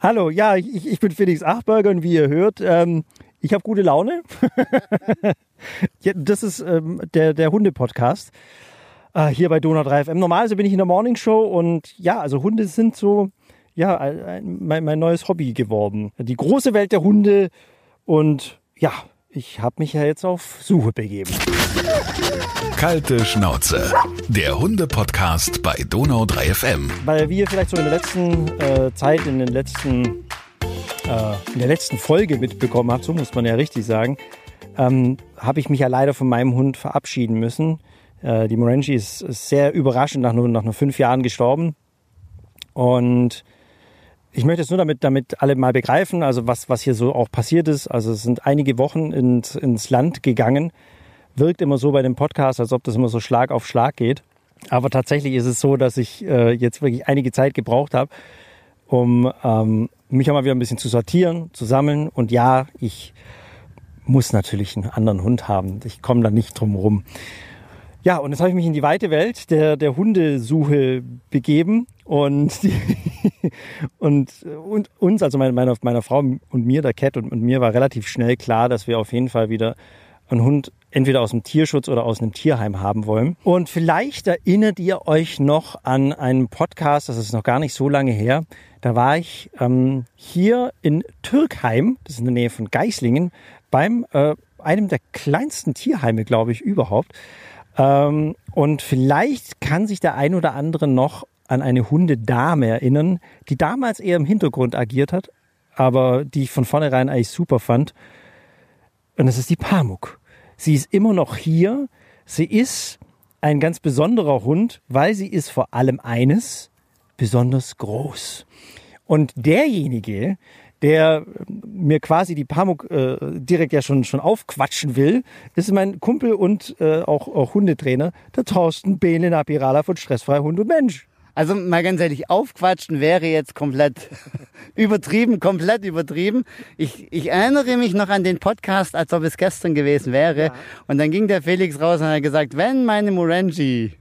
Hallo, ja, ich bin Felix Achberger und wie ihr hört, ich habe gute Laune. Ja, das ist der Hunde-Podcast hier bei Donau 3 FM. Normalerweise bin ich in der Morningshow und ja, also Hunde sind so, ja, mein neues Hobby geworden. Die große Welt der Hunde und ja, ich habe mich ja jetzt auf Suche begeben. Kalte Schnauze, der Hunde-Podcast bei Donau 3 FM. Weil wie ihr vielleicht so in der letzten Zeit, in der letzten Folge mitbekommen habt, so muss man ja richtig sagen, habe ich mich ja leider von meinem Hund verabschieden müssen. Die Morenchi ist sehr überraschend nach nur 5 Jahren gestorben. Und ich möchte jetzt nur damit alle mal begreifen, also was hier so auch passiert ist. Also es sind einige Wochen ins Land gegangen. Wirkt immer so bei dem Podcast, als ob das immer so Schlag auf Schlag geht. Aber tatsächlich ist es so, dass ich jetzt wirklich einige Zeit gebraucht habe, um mich auch mal wieder ein bisschen zu sortieren, zu sammeln. Und ja, ich muss natürlich einen anderen Hund haben. Ich komme da nicht drum rum. Ja, und jetzt habe ich mich in die weite Welt der Hundesuche begeben und uns, also meiner Frau und mir, der Cat und mir, war relativ schnell klar, dass wir auf jeden Fall wieder einen Hund entweder aus dem Tierschutz oder aus einem Tierheim haben wollen. Und vielleicht erinnert ihr euch noch an einen Podcast, das ist noch gar nicht so lange her. Da war ich hier in Türkheim, das ist in der Nähe von Geislingen, beim einem der kleinsten Tierheime, glaube ich, überhaupt. Und vielleicht kann sich der ein oder andere noch an eine Hundedame erinnern, die damals eher im Hintergrund agiert hat, aber die ich von vornherein eigentlich super fand. Und das ist die Pamuk. Sie ist immer noch hier. Sie ist ein ganz besonderer Hund, weil sie ist vor allem eines, besonders groß. Und derjenige, der mir quasi die Pamuk direkt ja schon aufquatschen will, ist mein Kumpel und auch Hundetrainer, der Thorsten Behlen-Napirala von Stressfrei Hund und Mensch. Also mal ganz ehrlich, aufquatschen wäre jetzt komplett übertrieben. Ich erinnere mich noch an den Podcast, als ob es gestern gewesen wäre. Ja. Und dann ging der Felix raus und hat gesagt, wenn meine Morenchi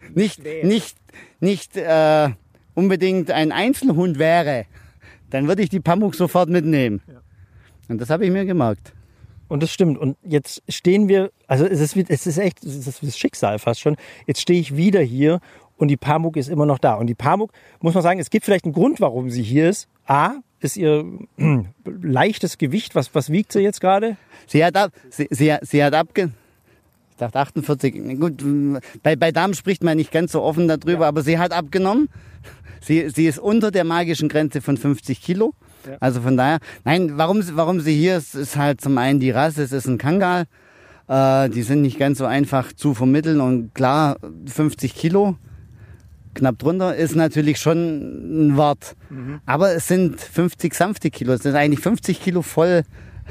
nicht unbedingt ein Einzelhund wäre, dann würde ich die Pamuk sofort mitnehmen. Ja. Und das habe ich mir gemerkt. Und das stimmt. Und jetzt stehen wir, also es ist das Schicksal fast schon. Jetzt stehe ich wieder hier und die Pamuk ist immer noch da. Und die Pamuk, muss man sagen, es gibt vielleicht einen Grund, warum sie hier ist. A, ist ihr leichtes Gewicht. Was wiegt sie jetzt gerade? Sie hat abgenommen. Ich dachte 48. Gut, bei Damen spricht man nicht ganz so offen darüber, ja. Aber sie hat abgenommen. Sie ist unter der magischen Grenze von 50 Kilo. Ja. Also von daher, nein, warum sie hier ist halt zum einen die Rasse, es ist ein Kangal. Die sind nicht ganz so einfach zu vermitteln und klar, 50 Kilo, knapp drunter, ist natürlich schon ein Wert. Mhm. Aber es sind 50 sanfte Kilo, es sind eigentlich 50 Kilo voll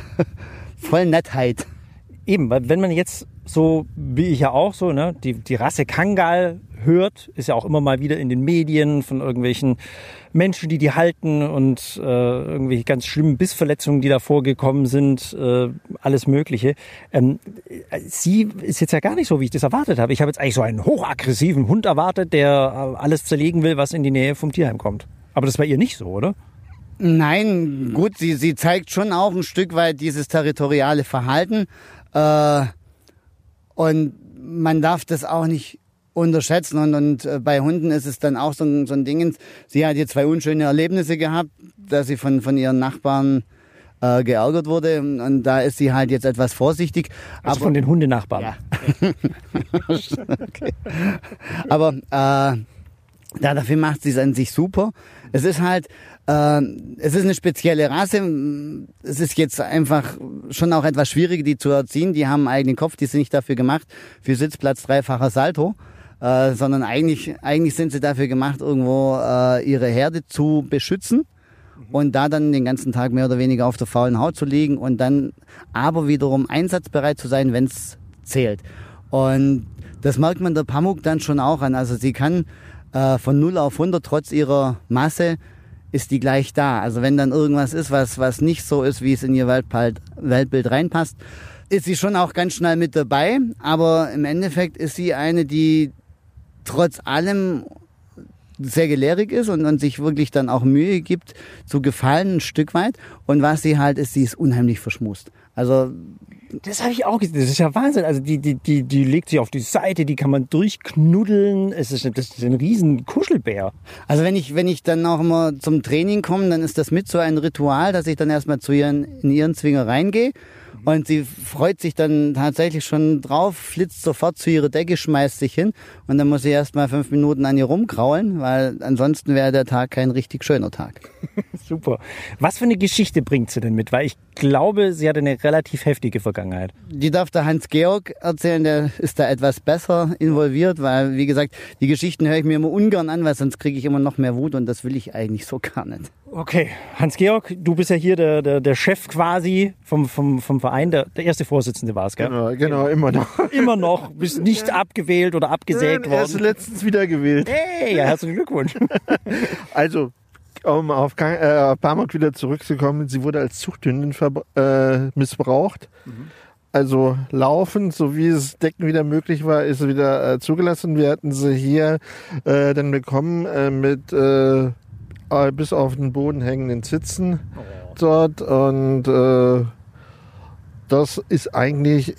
Nettheit. Eben, weil wenn man jetzt so, wie ich ja auch so, ne, die Rasse Kangal hört, ist ja auch immer mal wieder in den Medien von irgendwelchen Menschen, die halten und irgendwelche ganz schlimmen Bissverletzungen, die da vorgekommen sind, alles Mögliche. Sie ist jetzt ja gar nicht so, wie ich das erwartet habe. Ich habe jetzt eigentlich so einen hochaggressiven Hund erwartet, der alles zerlegen will, was in die Nähe vom Tierheim kommt. Aber das war ihr nicht so, oder? Nein, gut, sie zeigt schon auch ein Stück weit dieses territoriale Verhalten. Und man darf das auch nicht unterschätzen. Und bei Hunden ist es dann auch so ein Ding. Sie hat jetzt 2 unschöne Erlebnisse gehabt, dass sie von ihren Nachbarn geärgert wurde. Und da ist sie halt jetzt etwas vorsichtig. Also aber, von den Hundenachbarn. Ja. Okay. Aber dafür macht sie es an sich super. Es ist halt, es ist eine spezielle Rasse. Es ist jetzt einfach schon auch etwas schwierig, die zu erziehen. Die haben einen eigenen Kopf, die sind nicht dafür gemacht, für Sitzplatz 3-facher Salto, sondern eigentlich sind sie dafür gemacht, irgendwo ihre Herde zu beschützen und da dann den ganzen Tag mehr oder weniger auf der faulen Haut zu liegen und dann aber wiederum einsatzbereit zu sein, wenn es zählt. Und das merkt man der Pamuk dann schon auch an. Also sie kann von 0 auf 100 trotz ihrer Masse ist die gleich da. Also wenn dann irgendwas ist, was nicht so ist, wie es in ihr Weltbild reinpasst, ist sie schon auch ganz schnell mit dabei. Aber im Endeffekt ist sie eine, die trotz allem sehr gelehrig ist und sich wirklich dann auch Mühe gibt, zu gefallen ein Stück weit. Und was sie halt ist, sie ist unheimlich verschmust. Also das habe ich auch gesehen. Das ist ja Wahnsinn. Also die legt sich auf die Seite, die kann man durchknuddeln. Das ist ein riesen Kuschelbär. Also wenn ich dann auch immer zum Training komme, dann ist das mit so ein Ritual, dass ich dann erstmal in ihren Zwinger reingehe. Und sie freut sich dann tatsächlich schon drauf, flitzt sofort zu ihrer Decke, schmeißt sich hin. Und dann muss sie erstmal 5 Minuten an ihr rumkraulen, weil ansonsten wäre der Tag kein richtig schöner Tag. Super. Was für eine Geschichte bringt sie denn mit? Weil ich glaube, sie hat eine relativ heftige Vergangenheit. Die darf der Hans-Georg erzählen, der ist da etwas besser involviert, weil, wie gesagt, die Geschichten höre ich mir immer ungern an, weil sonst kriege ich immer noch mehr Wut und das will ich eigentlich so gar nicht. Okay, Hans-Georg, du bist ja hier der Chef quasi vom Verein, der erste Vorsitzende war es, gell? Genau, immer noch. Immer noch, bist nicht abgewählt oder abgesägt worden. Erst letztens wieder gewählt. Hey, ja, herzlichen Glückwunsch. Also, um auf Pamuk wieder zurückzukommen, sie wurde als Zuchthündin missbraucht. Also laufend, so wie es Decken wieder möglich war, ist sie wieder zugelassen. Wir hatten sie hier dann bekommen mit bis auf den Boden hängenden Sitzen dort. Und das ist eigentlich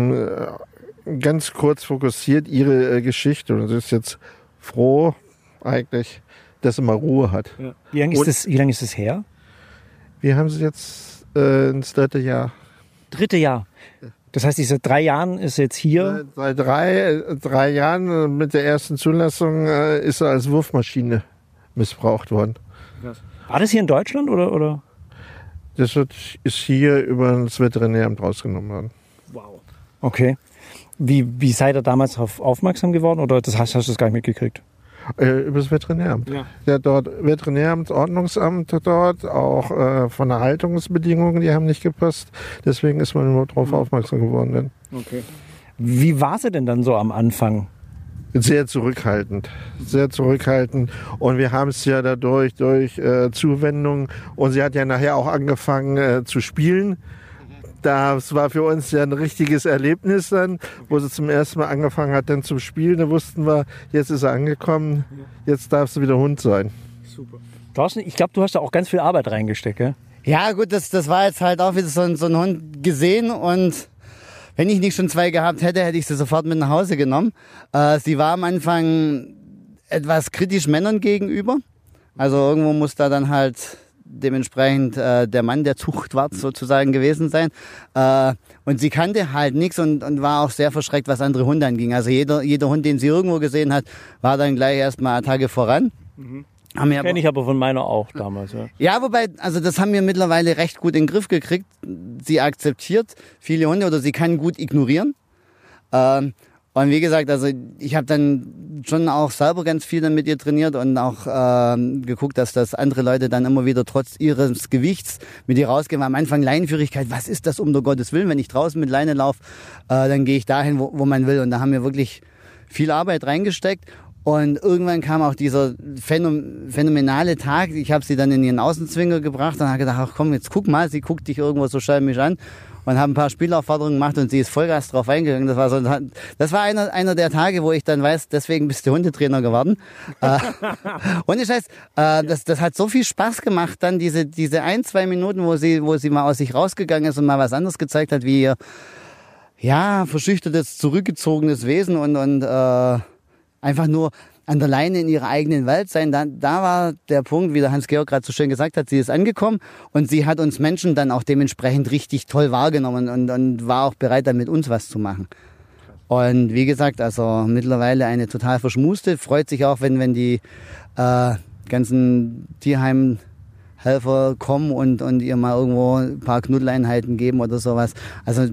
ganz kurz fokussiert ihre Geschichte. Und sie ist jetzt froh eigentlich, dass sie mal Ruhe hat. Ja. Wie lange ist das her? Wir haben sie jetzt ins 3. Jahr. 3. Jahr. Das heißt, seit 3 Jahren ist sie jetzt hier? Seit drei Jahren mit der ersten Zulassung ist sie als Wurfmaschine missbraucht worden. War das hier in Deutschland oder? Das ist hier über das Veterinäramt rausgenommen worden. Wow. Okay. Wie seid ihr damals darauf aufmerksam geworden oder hast du das gar nicht mitgekriegt? Über das Veterinäramt. Ja. Ja, dort Veterinäramt, Ordnungsamt dort, auch von der Haltungsbedingungen, die haben nicht gepasst. Deswegen ist man nur darauf aufmerksam geworden. Denn. Okay. Wie war sie denn dann so am Anfang? Sehr zurückhaltend. Sehr zurückhaltend. Und wir haben es ja dadurch durch Zuwendung. Und sie hat ja nachher auch angefangen zu spielen. Das war für uns ja ein richtiges Erlebnis dann, wo sie zum ersten Mal angefangen hat dann zu spielen. Da wussten wir, jetzt ist sie angekommen, jetzt darf sie wieder Hund sein. Super. Thorsten, ich glaube, du hast da auch ganz viel Arbeit reingesteckt, gell? Ja gut, das war jetzt halt auch wieder so ein Hund gesehen und wenn ich nicht schon 2 gehabt hätte, hätte ich sie sofort mit nach Hause genommen. Sie war am Anfang etwas kritisch Männern gegenüber. Also irgendwo muss da dann halt dementsprechend der Mann der Zuchtwart sozusagen gewesen sein. Und sie kannte halt nichts und war auch sehr verschreckt, was andere Hunde anging. Also jeder Hund, den sie irgendwo gesehen hat, war dann gleich erstmal Attacke voran. Kenne ich aber von meiner auch damals. Ja. Ja, wobei, also das haben wir mittlerweile recht gut in den Griff gekriegt. Sie akzeptiert viele Hunde oder sie kann gut ignorieren. Und wie gesagt, also ich habe dann schon auch selber ganz viel dann mit ihr trainiert und auch geguckt, dass das andere Leute dann immer wieder trotz ihres Gewichts mit ihr rausgehen. Am Anfang Leinenführigkeit, was ist das um Gottes Willen? Wenn ich draußen mit Leine laufe, dann gehe ich dahin, wo man will. Und da haben wir wirklich viel Arbeit reingesteckt. Und irgendwann kam auch dieser phänomenale Tag. Ich habe sie dann in ihren Außenzwinger gebracht und habe gedacht, ach komm, jetzt guck mal, sie guckt dich irgendwo so schelmisch an. Und habe ein paar Spielaufforderungen gemacht und sie ist Vollgas drauf eingegangen. Das war einer der Tage, wo ich dann weiß, deswegen bist du Hundetrainer geworden. Und ich weiß, das hat so viel Spaß gemacht, dann diese 1-2 Minuten, wo sie mal aus sich rausgegangen ist und mal was anderes gezeigt hat, wie ihr, ja, verschüchtertes, zurückgezogenes Wesen und einfach nur an der Leine in ihrer eigenen Welt sein. Da war der Punkt, wie der Hans-Georg gerade so schön gesagt hat, sie ist angekommen und sie hat uns Menschen dann auch dementsprechend richtig toll wahrgenommen und war auch bereit, dann mit uns was zu machen. Und wie gesagt, also mittlerweile eine total verschmuste, freut sich auch, wenn die ganzen Tierheimhelfer kommen und ihr mal irgendwo ein paar Knuddeleinheiten geben oder sowas. Also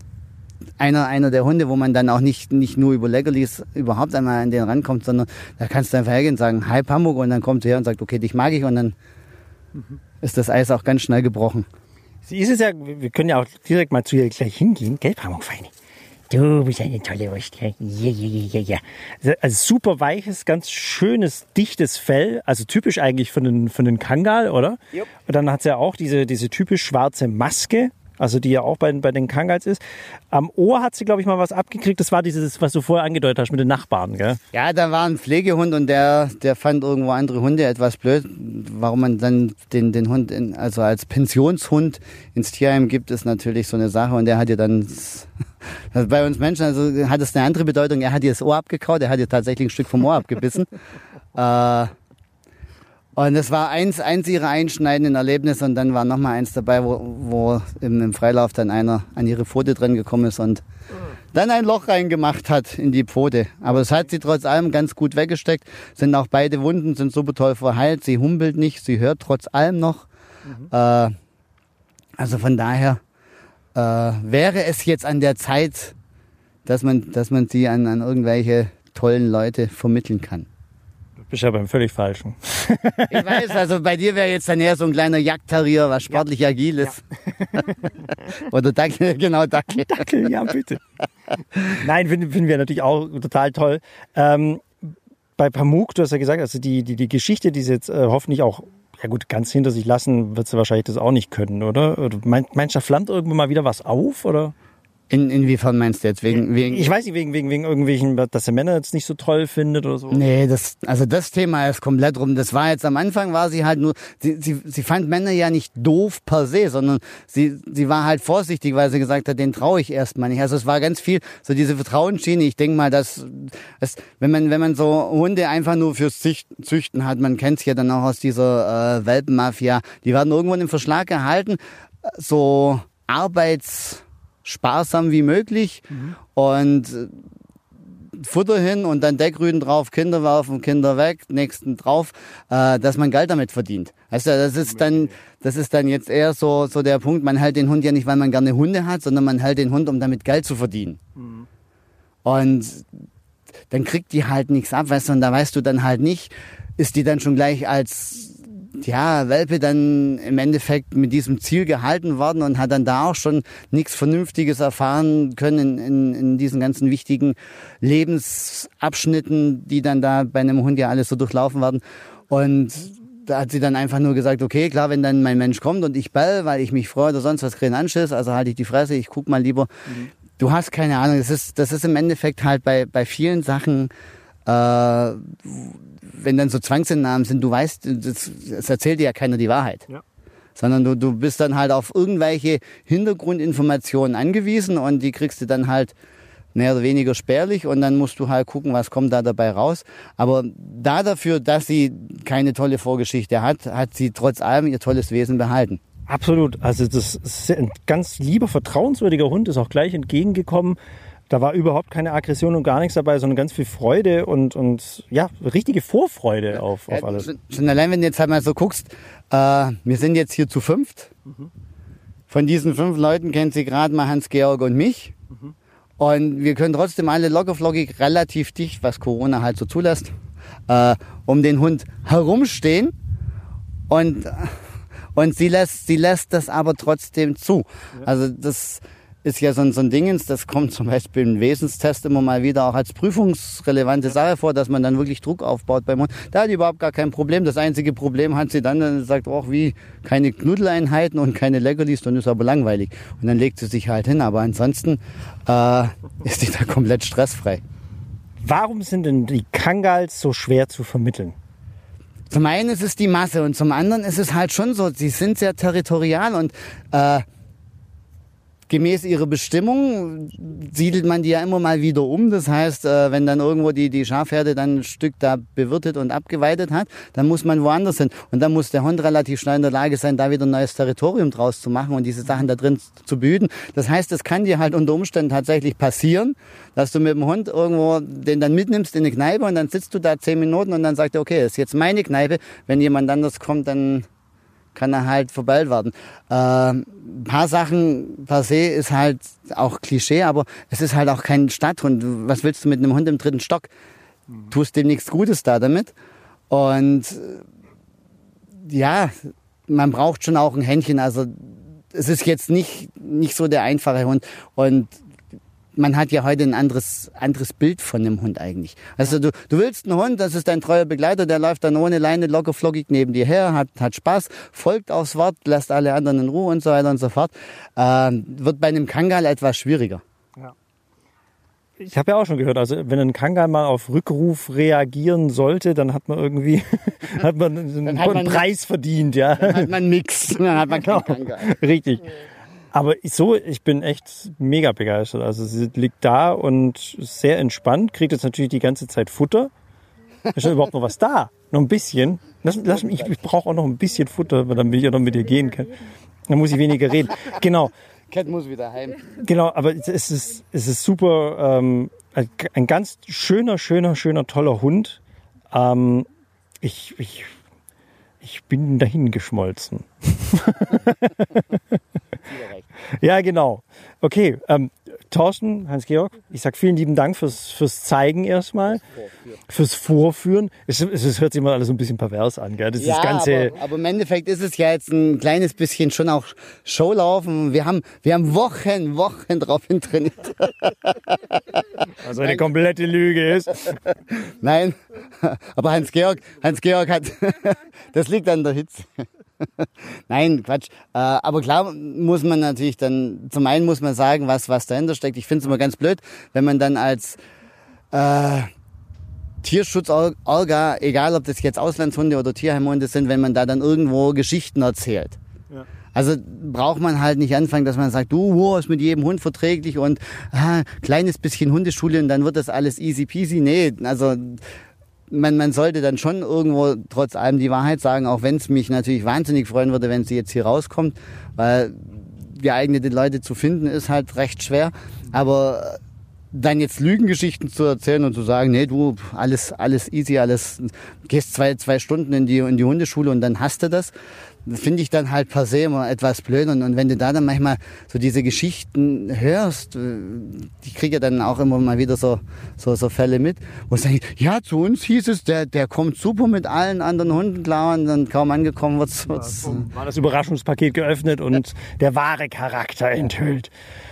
einer der Hunde, wo man dann auch nicht nur über Leckerlis überhaupt einmal an den rankommt, sondern da kannst du einfach hergehen und sagen, hi Pamuk, und dann kommt sie her und sagt, okay, dich mag ich, und dann ist das Eis auch ganz schnell gebrochen. Sie ist es ja, wir können ja auch direkt mal zu ihr gleich hingehen, gell, Pamuk, Feini? Du bist eine tolle Wurst, gell? Ja. Also super weiches, ganz schönes, dichtes Fell, also typisch eigentlich für den Kangal, oder? Yep. Und dann hat sie ja auch diese typisch schwarze Maske. also die ja auch bei den Kangals ist. Am Ohr hat sie, glaube ich, mal was abgekriegt. Das war dieses, was du vorher angedeutet hast mit den Nachbarn, gell? Ja, da war ein Pflegehund und der fand irgendwo andere Hunde etwas blöd. Warum man dann den Hund also als Pensionshund ins Tierheim gibt, ist natürlich so eine Sache. Und der hat ja dann, also bei uns Menschen, also hat es eine andere Bedeutung. Er hat ihr das Ohr abgekaut, er hat ihr tatsächlich ein Stück vom Ohr abgebissen. Und das war eins ihrer einschneidenden Erlebnisse. Und dann war noch mal eins dabei, wo im Freilauf dann einer an ihre Pfote dran gekommen ist und dann ein Loch reingemacht hat in die Pfote. Aber das hat sie trotz allem ganz gut weggesteckt. Sind auch beide Wunden, sind super toll verheilt. Sie humpelt nicht, sie hört trotz allem noch. Also von daher wäre es jetzt an der Zeit, dass man sie an irgendwelche tollen Leute vermitteln kann. Du bist ja beim völlig Falschen. Ich weiß, also bei dir wäre jetzt dann eher so ein kleiner Jagdterrier, was sportlich agil ist. Ja. Oder Dackel, genau, Dackel. Dackel, ja bitte. Nein, finden wir natürlich auch total toll. Bei Pamuk, du hast ja gesagt, also die Geschichte, die sie jetzt hoffentlich auch, ja gut, ganz hinter sich lassen, wird sie wahrscheinlich das auch nicht können, oder? Meinst du, da flammt irgendwann mal wieder was auf, oder? Inwiefern meinst du jetzt? Wegen ich weiß nicht, wegen irgendwelchen, dass der Männer jetzt nicht so toll findet oder so. Nee, das Thema ist komplett rum. Das war jetzt am Anfang, war sie halt nur, sie fand Männer ja nicht doof per se, sondern sie war halt vorsichtig, weil sie gesagt hat, den traue ich erstmal nicht. Also es war ganz viel so diese Vertrauensschiene. Ich denke mal, dass wenn man so Hunde einfach nur fürs Züchten hat, man kennt es ja dann auch aus dieser Welpenmafia, die werden irgendwo im Verschlag gehalten, so sparsam wie möglich und Futter hin und dann Deckrüden drauf, Kinder werfen, Kinder weg, nächsten drauf, dass man Geld damit verdient. Also das ist dann jetzt eher so der Punkt, man hält den Hund ja nicht, weil man gerne Hunde hat, sondern man hält den Hund, um damit Geld zu verdienen. Und dann kriegt die halt nichts ab, weißt du, und da weißt du dann halt nicht, ist die dann schon gleich als Welpe dann im Endeffekt mit diesem Ziel gehalten worden und hat dann da auch schon nichts Vernünftiges erfahren können in diesen ganzen wichtigen Lebensabschnitten, die dann da bei einem Hund ja alles so durchlaufen werden. Und da hat sie dann einfach nur gesagt, okay, klar, wenn dann mein Mensch kommt und ich bell, weil ich mich freue oder sonst was, kriege einen Anschiss, also halte ich die Fresse, ich guck mal lieber. Du hast keine Ahnung, das ist im Endeffekt halt bei vielen Sachen, wenn dann so Zwangsentnahmen sind, du weißt, das erzählt dir ja keiner die Wahrheit. Ja. Sondern du bist dann halt auf irgendwelche Hintergrundinformationen angewiesen und die kriegst du dann halt mehr oder weniger spärlich und dann musst du halt gucken, was kommt da dabei raus. Aber dafür, dass sie keine tolle Vorgeschichte hat sie trotz allem ihr tolles Wesen behalten. Absolut. Also das ist ein ganz lieber, vertrauenswürdiger Hund, ist auch gleich entgegengekommen. Da war überhaupt keine Aggression und gar nichts dabei, sondern ganz viel Freude und ja, richtige Vorfreude auf alles. Schon allein, wenn du jetzt halt mal so guckst, wir sind jetzt hier zu 5. Von diesen 5 Leuten kennt sie gerade mal Hans-Georg und mich. Und wir können trotzdem alle lockerflockig relativ dicht, was Corona halt so zulässt, um den Hund herumstehen. Und sie lässt das aber trotzdem zu. Ja. Also das ist ja so ein Dingens, das kommt zum Beispiel im Wesenstest immer mal wieder auch als prüfungsrelevante Sache vor, dass man dann wirklich Druck aufbaut beim Hund. Da hat die überhaupt gar kein Problem. Das einzige Problem hat sie dann sagt, wie keine Knuddeleinheiten und keine Leckerlis, dann ist aber langweilig. Und dann legt sie sich halt hin. Aber ansonsten ist sie da komplett stressfrei. Warum sind denn die Kangals so schwer zu vermitteln? Zum einen ist es die Masse und zum anderen ist es halt schon so, sie sind sehr territorial und gemäß ihrer Bestimmung siedelt man die ja immer mal wieder um. Das heißt, wenn dann irgendwo die Schafherde dann ein Stück da bewirtet und abgeweidet hat, dann muss man woanders hin. Und dann muss der Hund relativ schnell in der Lage sein, da wieder ein neues Territorium draus zu machen und diese Sachen da drin zu behüten. Das heißt, es kann dir halt unter Umständen tatsächlich passieren, dass du mit dem Hund irgendwo den dann mitnimmst in eine Kneipe und dann sitzt du da 10 Minuten und dann sagt er, okay, das ist jetzt meine Kneipe. Wenn jemand anders kommt, dann kann er halt verbellt werden. Ein paar Sachen per se ist halt auch Klischee, aber es ist halt auch kein Stadthund. Was willst du mit einem Hund im 3. Stock? Tust dem nichts Gutes da damit. Und ja, man braucht schon auch ein Händchen. Also es ist jetzt nicht so der einfache Hund. Und man hat ja heute ein anderes Bild von einem Hund eigentlich. Also du willst einen Hund, das ist dein treuer Begleiter, der läuft dann ohne Leine locker flockig neben dir her, hat Spaß, folgt aufs Wort, lässt alle anderen in Ruhe und so weiter und so fort. Wird bei einem Kangal etwas schwieriger. Ich habe ja auch schon gehört, also wenn ein Kangal mal auf Rückruf reagieren sollte, dann hat man irgendwie einen Preis verdient, ja. Dann hat man einen Mix, dann hat man keinen Kangal. Richtig. Aber ich bin echt mega begeistert. Also sie liegt da und ist sehr entspannt, kriegt jetzt natürlich die ganze Zeit Futter. Ist schon überhaupt noch was da? Noch ein bisschen? Ich brauche auch noch ein bisschen Futter, damit ich ja noch mit ihr gehen kann. Dann muss ich weniger reden. Genau. Cat muss wieder heim. Genau, aber es ist super, ein ganz schöner, toller Hund. Ich bin dahin geschmolzen. Ja, genau. Okay, Thorsten, Hans-Georg, ich sag vielen lieben Dank fürs Zeigen erstmal, fürs Vorführen. Es hört sich immer alles so ein bisschen pervers an, gell? Das Ganze. Aber im Endeffekt ist es ja jetzt ein kleines bisschen schon auch Showlaufen. Wir haben Wochen drauf hin trainiert. Also eine komplette Lüge ist. Nein, aber Hans-Georg hat, das liegt an der Hitze. Nein, Quatsch. Aber klar muss man natürlich dann, zum einen muss man sagen, was dahinter steckt. Ich finde es immer ganz blöd, wenn man dann als Tierschutz-Orga, egal ob das jetzt Auslandshunde oder Tierheimhunde sind, wenn man da dann irgendwo Geschichten erzählt. Ja. Also braucht man halt nicht anfangen, dass man sagt, du ist mit jedem Hund verträglich und kleines bisschen Hundeschule und dann wird das alles easy peasy. Nee, also man sollte dann schon irgendwo trotz allem die Wahrheit sagen, auch wenn es mich natürlich wahnsinnig freuen würde, wenn sie jetzt hier rauskommt, weil geeignete Leute zu finden ist halt recht schwer. Aber dann jetzt Lügengeschichten zu erzählen und zu sagen, nee, du, alles easy, gehst zwei Stunden in die Hundeschule und dann hast du das finde ich dann halt per se immer etwas blöd. Und wenn du da dann manchmal so diese Geschichten hörst, ich kriege ja dann auch immer mal wieder so Fälle mit, wo sagen, ja, zu uns hieß es, der kommt super mit allen anderen Hunden klar und dann kaum angekommen wird's war das Überraschungspaket geöffnet und der wahre Charakter enthüllt.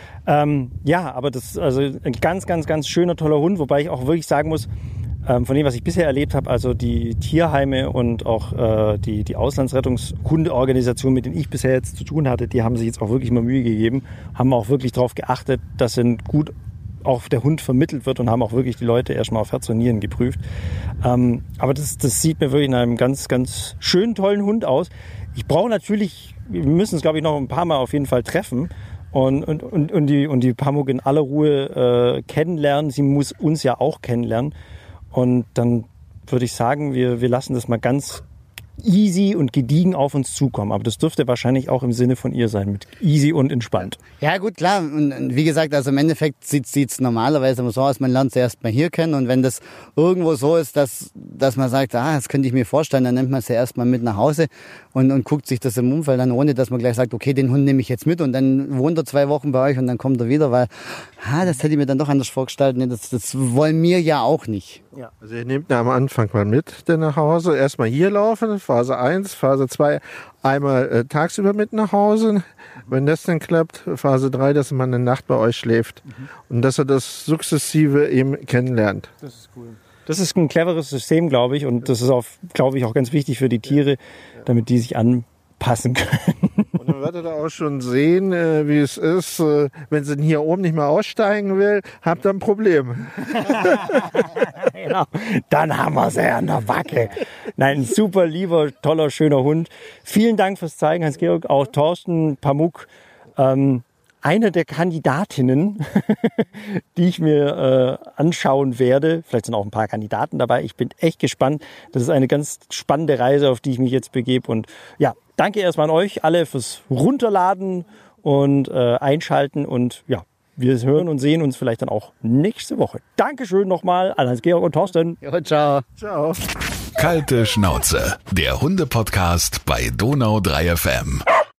Ja, aber das ist also ein ganz, ganz, ganz schöner, toller Hund, wobei ich auch wirklich sagen muss, von dem, was ich bisher erlebt habe, also die Tierheime und auch die Auslandsrettungshundeorganisation, mit denen ich bisher jetzt zu tun hatte, die haben sich jetzt auch wirklich mal Mühe gegeben, haben auch wirklich darauf geachtet, dass gut auch der Hund vermittelt wird und haben auch wirklich die Leute erstmal auf Herz und Nieren geprüft. Aber das sieht mir wirklich in einem ganz, ganz schönen, tollen Hund aus. Ich brauche natürlich, wir müssen es glaube ich noch ein paar Mal auf jeden Fall treffen, und die Pamuk in aller Ruhe kennenlernen. Sie muss uns ja auch kennenlernen. Und dann würde ich sagen, wir lassen das mal ganz easy und gediegen auf uns zukommen. Aber das dürfte wahrscheinlich auch im Sinne von ihr sein, mit easy und entspannt. Ja gut, klar. Und wie gesagt, also im Endeffekt sieht's normalerweise immer so aus, man lernt sie erst mal hier kennen. Und wenn das irgendwo so ist, dass man sagt, das könnte ich mir vorstellen, dann nimmt man sie erst mal mit nach Hause und guckt sich das im Umfeld an, ohne dass man gleich sagt, okay, den Hund nehme ich jetzt mit und dann wohnt er 2 Wochen bei euch und dann kommt er wieder, weil das hätte ich mir dann doch anders vorgestellt. Nee, das wollen wir ja auch nicht. Ja. Also ihr nehmt ihn am Anfang mal mit denn nach Hause, erstmal hier laufen, Phase 1, Phase 2, einmal tagsüber mit nach Hause. Wenn das dann klappt, Phase 3, dass man eine Nacht bei euch schläft und dass er das sukzessive eben kennenlernt. Das ist cool. Das ist ein cleveres System, glaube ich, und das ist auch, glaube ich, auch ganz wichtig für die Tiere, damit die sich anpassen können. Und dann werdet ihr auch schon sehen, wie es ist, wenn sie hier oben nicht mehr aussteigen will, habt ihr ein Problem. Genau, dann haben wir sie an der Backe. Nein, ein super lieber, toller, schöner Hund. Vielen Dank fürs Zeigen, Hans-Georg, auch Thorsten, Pamuk. Eine der Kandidatinnen, die ich mir anschauen werde. Vielleicht sind auch ein paar Kandidaten dabei. Ich bin echt gespannt. Das ist eine ganz spannende Reise, auf die ich mich jetzt begebe. Und ja, danke erstmal an euch alle fürs Runterladen und Einschalten. Und ja, wir hören und sehen uns vielleicht dann auch nächste Woche. Dankeschön nochmal an Hans-Georg und Thorsten. Ja, ciao. Ciao. Kalte Schnauze, der Hunde-Podcast bei Donau 3 FM.